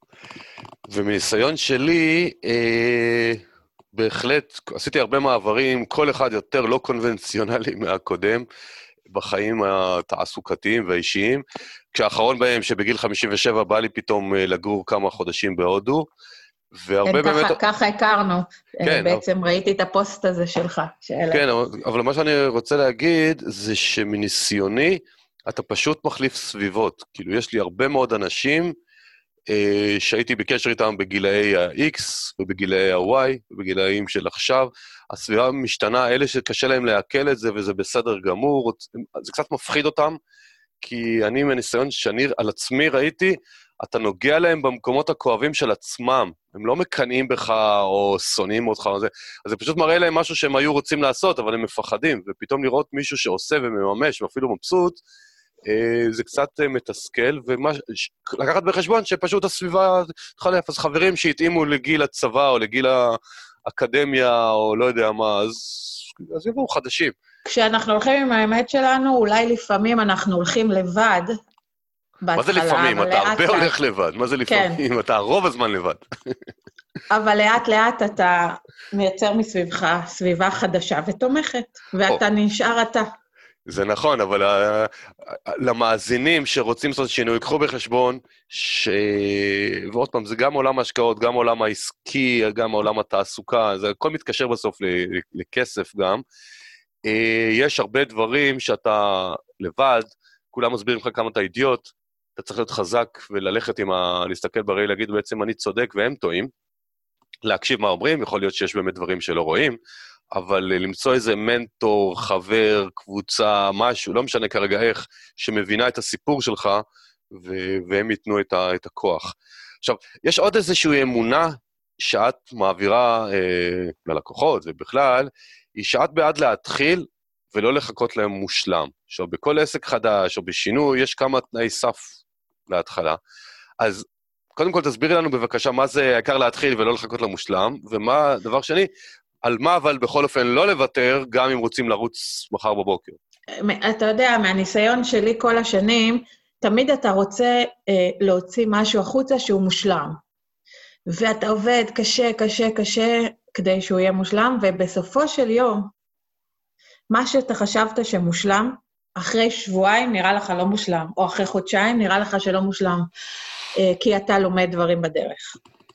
A: ומניסיון שלי, אה, בהחלט עשיתי הרבה מעברים, כל אחד יותר לא קונבנציונלי מהקודם, בחיים התעסוקתיים והאישיים, כשהאחרון בהם שבגיל חמישים ושבע בא לי פתאום לגור כמה חודשים בהודו, והרבה
B: כן,
A: באמת...
B: ככה, ככה הכרנו, כן, בעצם אבל... ראיתי את הפוסט הזה שלך. שאלה.
A: כן, אבל, אבל מה שאני רוצה להגיד זה שמניסיוני, אתה פשוט מחליף סביבות, כאילו יש לי הרבה מאוד אנשים, שהייתי בקשר איתם בגילאי ה-X ובגילאי ה-Y ובגילאים של עכשיו, הסביבה משתנה, אלה שקשה להם להקל את זה וזה בסדר גמור, זה קצת מפחיד אותם, כי אני מניסיון שאני על עצמי ראיתי, אתה נוגע להם במקומות הכואבים של עצמם, הם לא מקנאים בך או שונאים אותך, אז זה פשוט מראה להם משהו שהם היו רוצים לעשות, אבל הם מפחדים, ופתאום לראות מישהו שעושה ומממש ואפילו מבסוט, זה קצת מתסכל, ולקחת בחשבון שפשוט הסביבה תחלף, אז חברים שהתאימו לגיל הצבא או לגיל האקדמיה או לא יודע מה, אז, אז יבואו חדשים.
B: כשאנחנו הולכים עם האמת שלנו, אולי לפעמים אנחנו הולכים לבד, בהתחלה,
A: מה זה לפעמים? אתה הרבה הולך לבד. מה זה לפעמים? אתה רוב הזמן לבד.
B: אבל לאט לאט אתה מייצר מסביבך סביבה חדשה ותומכת, ואתה נשאר אתה.
A: זה נכון, אבל למאזינים שרוצים לעשות שינוי, יקחו בחשבון ש... ועוד פעם, זה גם עולם ההשקעות, גם עולם העסקי, גם עולם התעסוקה, זה הכל מתקשר בסוף לכסף גם. יש הרבה דברים שאתה לבד, כולם מסבירים לך כמה אתה אידיוט, אתה צריך להיות חזק וללכת עם ה... להסתכל בראי, להגיד בעצם אני צודק והם טועים, להקשיב מה אומרים, יכול להיות שיש באמת דברים שלא רואים, אבל למצוא איזה מנטור, חבר, קבוצה, משהו, לא משנה כרגע איך, שמבינה את הסיפור שלך, ו... והם ייתנו את, ה... את הכוח. עכשיו, יש עוד איזושהי אמונה שאת מעבירה אה, ללקוחות, ובכלל, היא שאת בעד להתחיל ולא לחכות להם מושלם. עכשיו, בכל עסק חדש או בשינוי, יש כמה תנאי סף להתחלה. אז קודם כל תסבירי לנו בבקשה מה זה העיקר להתחיל ולא לחכות למושלם, ומה, דבר שני, על מה אבל בכל אופן לא לוותר, גם אם רוצים לרוץ מחר בבוקר.
B: אתה יודע, מהניסיון שלי כל השנים, תמיד אתה רוצה אה, להוציא משהו החוצה שהוא מושלם. ואתה עובד קשה, קשה, קשה, כדי שהוא יהיה מושלם, ובסופו של יום, מה שאתה חשבת שמושלם, אחרי שבועיים נראה לך לא מושלם, או אחרי חודשיים נראה לך שלא מושלם, כי אתה לומד דברים בדרך.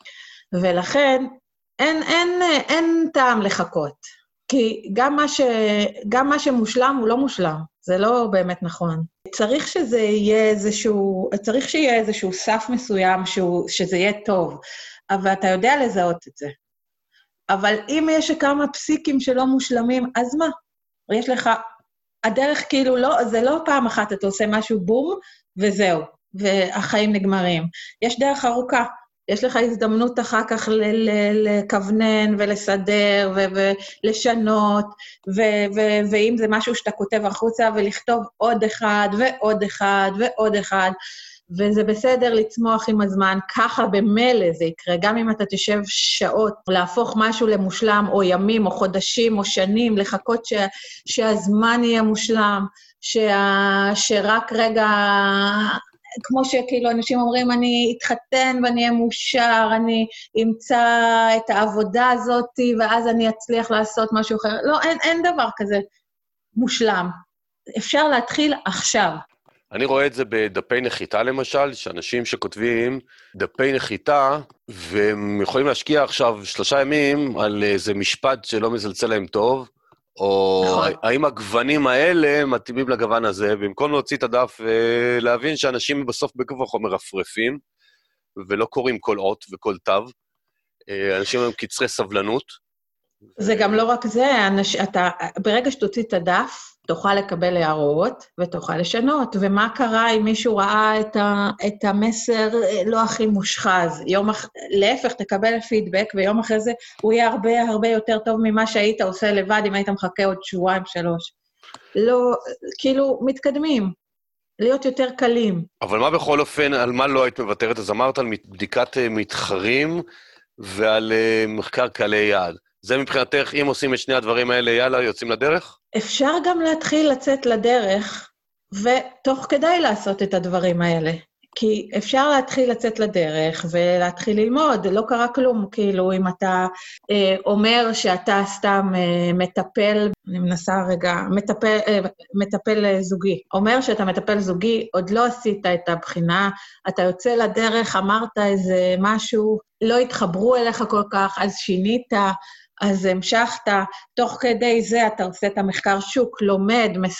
B: ולכן, אין, אין, אין טעם לחכות, כי גם מה, ש, גם מה שמושלם הוא לא מושלם, זה לא באמת נכון. צריך שזה יהיה איזשהו, צריך שיהיה איזשהו סף מסוים, שהוא, שזה יהיה טוב, אבל אתה יודע לזהות את זה. אבל אם יש כמה פסיקים שלא מושלמים, אז מה? יש לך, הדרך כאילו לא, זה לא פעם אחת אתה עושה משהו בום, וזהו, והחיים נגמרים. יש דרך ארוכה, יש לך הזדמנות אחר כך לכוונן ולסדר ולשנות, ואם זה משהו שאתה כותב החוצה, ולכתוב עוד אחד ועוד אחד ועוד אחד, וזה בסדר לצמוח עם הזמן, ככה במילא זה יקרה, גם אם אתה תשב שעות, להפוך משהו למושלם, או ימים, או חודשים, או שנים, לחכות ש, שהזמן יהיה מושלם, שה, שרק רגע, כמו שכאילו אנשים אומרים, אני אתחתן ואני אהיה מאושר, אני אמצא את העבודה הזאת, ואז אני אצליח לעשות משהו אחר. לא, אין, אין דבר כזה מושלם. אפשר להתחיל עכשיו.
A: אני רואה את זה בדפי נחיתה למשל, שאנשים שכותבים דפי נחיתה, והם יכולים להשקיע עכשיו שלושה ימים על איזה משפט שלא מזלצל להם טוב, או נכון. האם הגוונים האלה מתאימים לגוון הזה, במקום להוציא את הדף ולהבין שאנשים בסוף בגוף החומר מרפרפים, ולא קוראים כל אות וכל תו, אנשים הם קצרי סבלנות.
B: זה גם לא רק זה, אנש, אתה, ברגע שתוציא את הדף, תוכל לקבל הערות ותוכל לשנות, ומה קרה אם מישהו ראה את, ה, את המסר לא הכי מושחז, יום אח, להפך תקבל פידבק, ויום אחרי זה הוא יהיה הרבה הרבה יותר טוב ממה שהיית עושה לבד, אם היית מחכה עוד שבועיים שלוש. לא, כאילו מתקדמים, להיות יותר קלים.
A: אבל מה בכל אופן, על מה לא היית מבטרת? אז אמרת על בדיקת מתחרים, ועל מחקר קהלי יעד. זה מבחינתך, אם עושים את שני הדברים האלה, יאללה, יוצאים לדרך?
B: אפשר גם להתחיל לצאת לדרך, ותוך כדי לעשות את הדברים האלה. כי אפשר להתחיל לצאת לדרך, ולהתחיל ללמוד, לא קרה כלום, כאילו, אם אתה אה, אומר שאתה סתם אה, מטפל, אני מנסה רגע, מטפל, אה, מטפל זוגי, אומר שאתה מטפל זוגי, עוד לא עשית את הבחינה, אתה יוצא לדרך, אמרת איזה משהו, לא התחברו אליך כל כך, אז שינית, אז המשכת, תוך כדי זה אתה עושה את המחקר שוק, לומד, מסדר,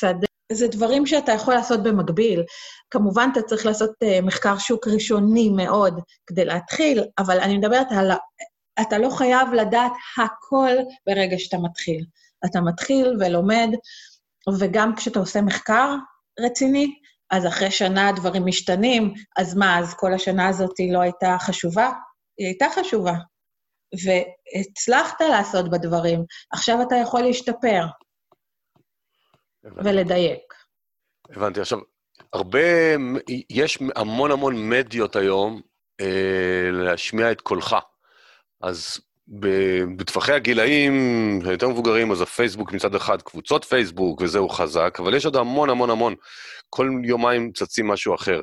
B: זה דברים שאתה יכול לעשות במקביל. כמובן, אתה צריך לעשות uh, מחקר שוק ראשוני מאוד כדי להתחיל, אבל אני מדברת על... אתה לא חייב לדעת הכל ברגע שאתה מתחיל. אתה מתחיל ולומד, וגם כשאתה עושה מחקר רציני, אז אחרי שנה דברים משתנים, אז מה, אז כל השנה הזאת היא לא הייתה חשובה? היא הייתה חשובה. והצלחת לעשות בדברים, עכשיו אתה יכול להשתפר. הבנתי. ולדייק.
A: הבנתי, עכשיו, הרבה, יש המון המון מדיות היום אה, להשמיע את קולך. אז בטווחי הגילאים היותר מבוגרים, אז הפייסבוק מצד אחד, קבוצות פייסבוק, וזהו חזק, אבל יש עוד המון המון המון, כל יומיים צצים משהו אחר.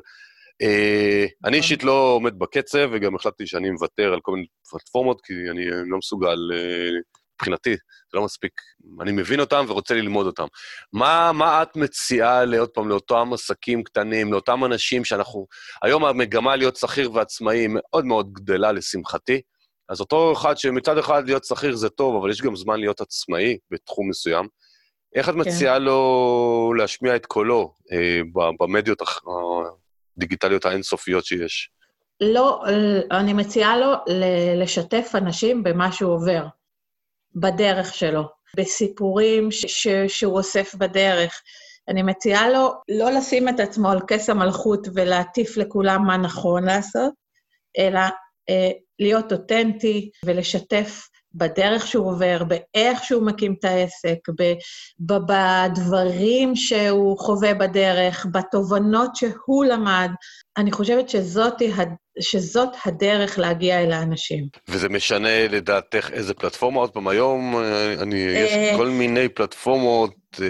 A: אני אישית לא עומד בקצב, וגם החלטתי שאני מוותר על כל מיני פלטפורמות, כי אני לא מסוגל, מבחינתי, זה לא מספיק, אני מבין אותם ורוצה ללמוד אותם. מה, מה את מציעה לעוד פעם, לאותם עסקים קטנים, לאותם אנשים שאנחנו, היום המגמה להיות שכיר ועצמאי מאוד מאוד גדלה לשמחתי, אז אותו אחד שמצד אחד להיות שכיר זה טוב, אבל יש גם זמן להיות עצמאי בתחום מסוים. איך את מציעה לו להשמיע את קולו אה, במדיות הדיגיטליות האינסופיות שיש?
B: לא, אני מציעה לו לשתף אנשים במה שהוא עובר, בדרך שלו, בסיפורים ש- ש- שהוא אוסף בדרך. אני מציעה לו לא לשים את עצמו על כס המלכות ולהטיף לכולם מה נכון לעשות, אלא אה, להיות אותנטי ולשתף בדרך שהוא עובר, באיך שהוא מקים את העסק, ב- בדברים שהוא חווה בדרך, בתובנות שהוא למד. אני חושבת שזאת, שזאת הדרך להגיע אל האנשים.
A: וזה משנה לדעתך איזה פלטפורמה? עוד פעם, היום אני, יש כל מיני פלטפורמות,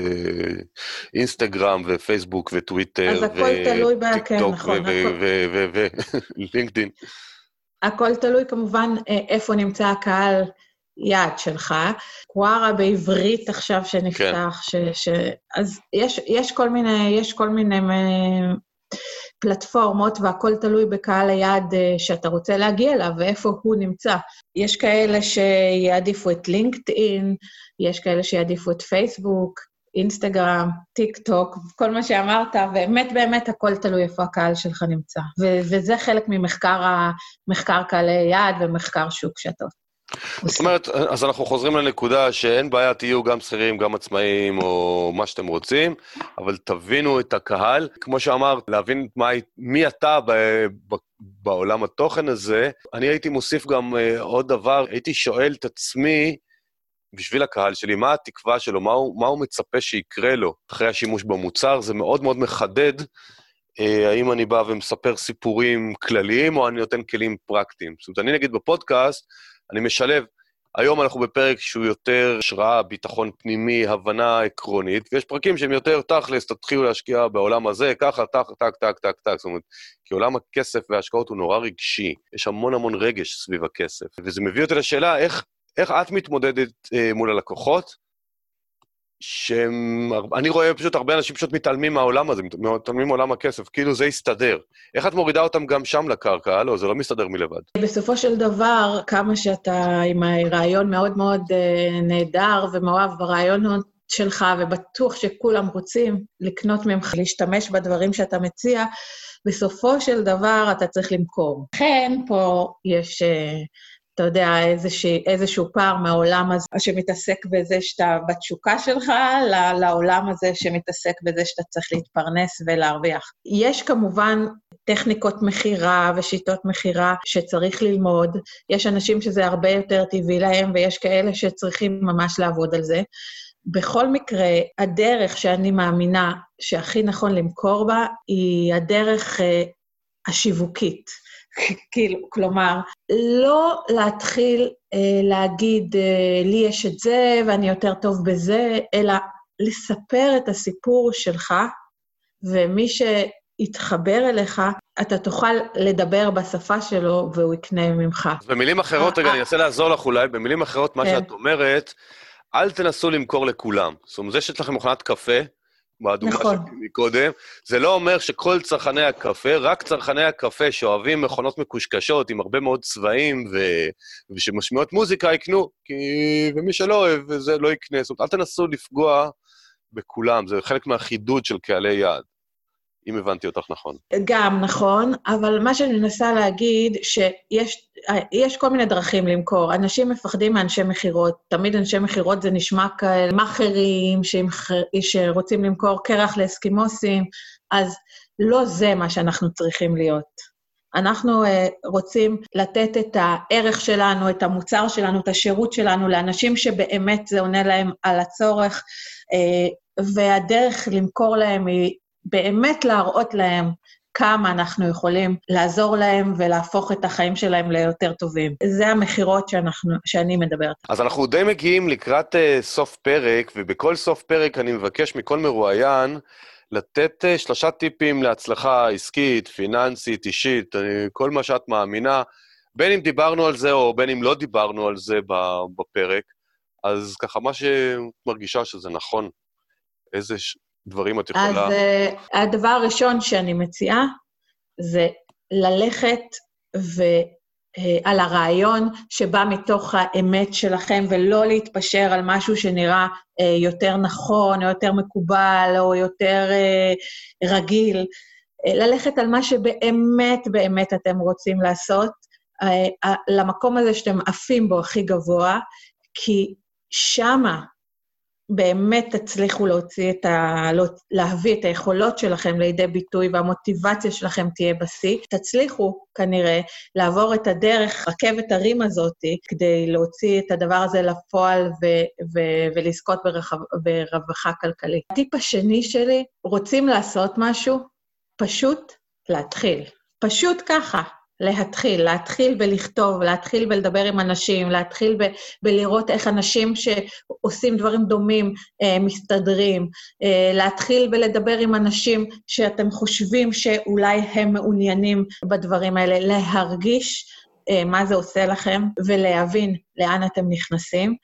A: אינסטגרם ופייסבוק וטוויטר,
B: אז הכל תלוי בהקן, נכון.
A: ולינקדין.
B: הכל תלוי כמובן איפה נמצא הקהל יעד שלך. קוארה בעברית עכשיו שנפתח, ש, ש, אז יש, יש כל מיני, יש כל מיני פלטפורמות, והכל תלוי בקהל היעד שאתה רוצה להגיע אליו, ואיפה הוא נמצא. יש כאלה שיעדיפו את לינקדאין, יש כאלה שיעדיפו את פייסבוק, אינסטגרם, טיק טוק, כל מה שאמרת, באמת באמת הכל תלוי איפה הקהל שלך נמצא. ו- וזה חלק ממחקר מחקר קהלי יעד ומחקר שוק שאתה עושה.
A: זאת אומרת, אז אנחנו חוזרים לנקודה שאין בעיה, תהיו גם שכירים, גם עצמאים, או מה שאתם רוצים, אבל תבינו את הקהל. כמו שאמרת, להבין מה, מי אתה ב, ב, בעולם התוכן הזה. אני הייתי מוסיף גם uh, עוד דבר, הייתי שואל את עצמי, בשביל הקהל שלי, מה התקווה שלו, מה הוא, מה הוא מצפה שיקרה לו אחרי השימוש במוצר, זה מאוד מאוד מחדד, אה, האם אני בא ומספר סיפורים כלליים, או אני נותן כלים פרקטיים. זאת אומרת, אני נגיד בפודקאסט, אני משלב, היום אנחנו בפרק שהוא יותר השראה, ביטחון פנימי, הבנה עקרונית, ויש פרקים שהם יותר תכלס, תתחילו להשקיע בעולם הזה, ככה, טק, טק, טק, טק, טק, זאת אומרת, כי עולם הכסף וההשקעות הוא נורא רגשי, יש המון המון רגש סביב הכסף, וזה מביא אותי לשאלה, איך, איך את מתמודדת אה, מול הלקוחות, שאני רואה פשוט הרבה אנשים פשוט מתעלמים מהעולם הזה, מתעלמים מעולם הכסף, כאילו זה יסתדר. איך את מורידה אותם גם שם לקרקע? לא, זה לא מסתדר מלבד.
B: בסופו של דבר, כמה שאתה עם הרעיון מאוד מאוד נהדר ומאוהב ברעיון שלך, ובטוח שכולם רוצים לקנות ממך, להשתמש בדברים שאתה מציע, בסופו של דבר אתה צריך למכור. לכן פה יש... אתה יודע, איזשה, איזשהו פער מהעולם הזה שמתעסק בזה שאתה בתשוקה שלך, לעולם הזה שמתעסק בזה שאתה צריך להתפרנס ולהרוויח. יש כמובן טכניקות מחירה ושיטות מחירה שצריך ללמוד, יש אנשים שזה הרבה יותר טבעי להם, ויש כאלה שצריכים ממש לעבוד על זה. בכל מקרה, הדרך שאני מאמינה שהכי נכון למכור בה, היא הדרך אה, השיווקית. כאילו, כלומר, לא להתחיל אה, להגיד, אה, לי יש את זה ואני יותר טוב בזה, אלא לספר את הסיפור שלך, ומי שיתחבר אליך, אתה תוכל לדבר בשפה שלו והוא יקנה ממך.
A: במילים אחרות, רגע, אני אנסה לעזור לך אולי, במילים אחרות, מה שאת אומרת, אל תנסו למכור לכולם. זאת אומרת, זה שיש לכם מכונת קפה, בדוגמה
B: נכון.
A: שמקודם, זה לא אומר שכל צרכני הקפה, רק צרכני הקפה שאוהבים מכונות מקושקשות עם הרבה מאוד צבעים ו... ושמשמיעות מוזיקה יקנו, כי... ומי שלא אוהב, זה לא יקנה. זאת אומרת, אל תנסו לפגוע בכולם, זה חלק מהחידוד של קהלי יעד, אם הבנתי אותך נכון.
B: גם נכון, אבל מה שאני מנסה להגיד, שיש יש כל מיני דרכים למכור. אנשים מפחדים מאנשי מחירות, תמיד אנשי מחירות זה נשמע כאלה מאחרים, שרוצים למכור קרח לאסקימוסים, אז לא זה מה שאנחנו צריכים להיות. אנחנו uh, רוצים לתת את הערך שלנו, את המוצר שלנו, את השירות שלנו, לאנשים שבאמת זה עונה להם על הצורך, uh, והדרך למכור להם היא באמת להראות להם כמה אנחנו יכולים לעזור להם ולהפוך את החיים שלהם ליותר טובים. זה המחירות שאנחנו, שאני מדברת.
A: אז אנחנו די מגיעים לקראת uh, סוף פרק, ובכל סוף פרק אני מבקש מכל מרואיין, לתת שלושה טיפים להצלחה עסקית, פיננסית, אישית, כל מה שאת מאמינה, בין אם דיברנו על זה או בין אם לא דיברנו על זה בפרק, אז ככה מה שמרגישה שזה נכון, איזה דברים את יכולה...
B: אז uh, הדבר הראשון שאני מציעה, זה ללכת ו... על הרעיון שבא מתוך האמת שלכם, ולא להתפשר על משהו שנראה יותר נכון, או יותר מקובל, או יותר רגיל. ללכת על מה שבאמת, באמת אתם רוצים לעשות, למקום הזה שאתם עפים בו הכי גבוה, כי שמה באמת תצליחו להוציא את ה... להביא את היכולות שלכם לידי ביטוי, והמוטיבציה שלכם תהיה בשיא. תצליחו כנראה לעבור את הדרך, רכבת הרים הזאת, כדי להוציא את הדבר הזה לפועל ו... ו... ולזכות ברחב... ברווחה כלכלית. הטיפ השני שלי, רוצים לעשות משהו? פשוט להתחיל. פשוט ככה. להתחיל, להתחיל ולכתוב, להתחיל ולדבר עם אנשים, להתחיל ב- בלראות איך אנשים שעושים דברים דומים אה, מסתדרים, אה, להתחיל ולדבר עם אנשים שאתם חושבים שאולי הם מעוניינים בדברים האלה, להרגיש אה, מה זה עושה לכם ולהבין לאן אתם נכנסים,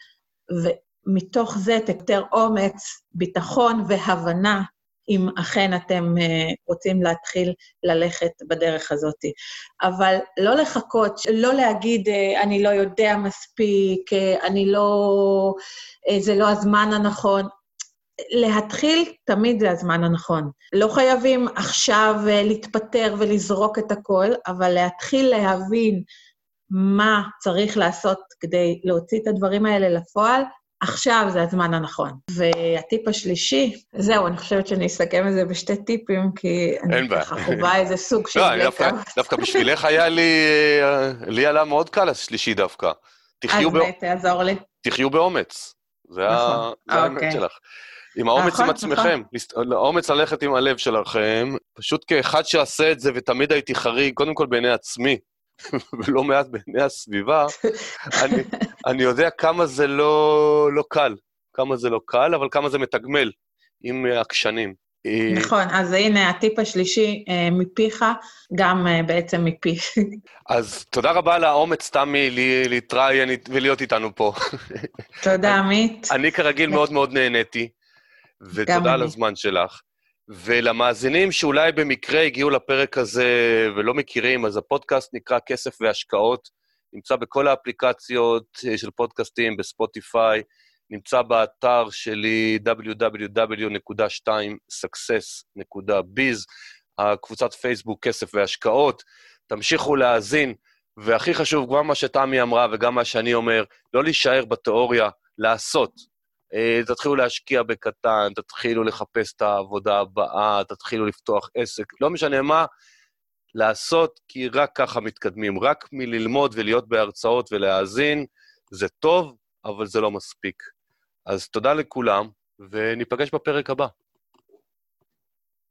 B: ומתוך זה תותר אומץ, ביטחון והבנה, אם אכן אתם רוצים להתחיל ללכת בדרך הזאת. אבל לא לחכות, לא להגיד, אני לא יודע מספיק, אני לא, זה לא הזמן הנכון. להתחיל תמיד זה הזמן הנכון. לא חייבים עכשיו להתפטר ולזרוק את הכל, אבל להתחיל להבין מה צריך לעשות כדי להוציא את הדברים האלה לפועל, עכשיו זה הזמן הנכון. והטיפ השלישי, זהו, אני חושבת שאני אסכם את זה בשתי טיפים, כי אני ככה חובה איזה סוג של בלקאוט.
A: דווקא בשבילך היה לי, לי עלה מאוד קל השלישי דווקא.
B: אז מה, תעזור לי.
A: תחיו באומץ. זה האמת שלך. עם האומץ עם עצמכם. האומץ ללכת עם הלב שלכם, פשוט כאחד שעשה את זה, ותמיד הייתי חריג, קודם כל בעיני עצמי, ולא מעט בעיני הסביבה, אני, אני יודע כמה זה לא, לא קל, כמה זה לא קל, אבל כמה זה מתגמל עם הקשנים.
B: נכון, אז הנה הטיפ השלישי מפיך, גם בעצם מפי.
A: אז תודה רבה על האומץ, תמי, להתראיין ולהיות איתנו פה.
B: תודה, עמית.
A: אני כרגיל מאוד מאוד נהניתי, ותודה על הזמן שלך. ולמאזינים שאולי במקרה הגיעו לפרק הזה ולא מכירים, אז הפודקאסט נקרא כסף והשקעות, נמצא בכל האפליקציות של פודקאסטים, בספוטיפיי, נמצא באתר שלי דאבליו דאבליו דאבליו נקודה שתיים סקסס נקודה ביז, הקבוצת פייסבוק כסף והשקעות, תמשיכו להאזין, והכי חשוב, גם מה שתמי אמרה וגם מה שאני אומר, לא להישאר בתיאוריה, לעשות. תתחילו להשקיע בקטן, תתחילו לחפש את העבודה הבאה, תתחילו לפתוח עסק, לא משנה מה, לעשות, כי רק ככה מתקדמים, רק מללמוד ולהיות בהרצאות ולהאזין, זה טוב, אבל זה לא מספיק. אז תודה לכולם, וניפגש בפרק הבא.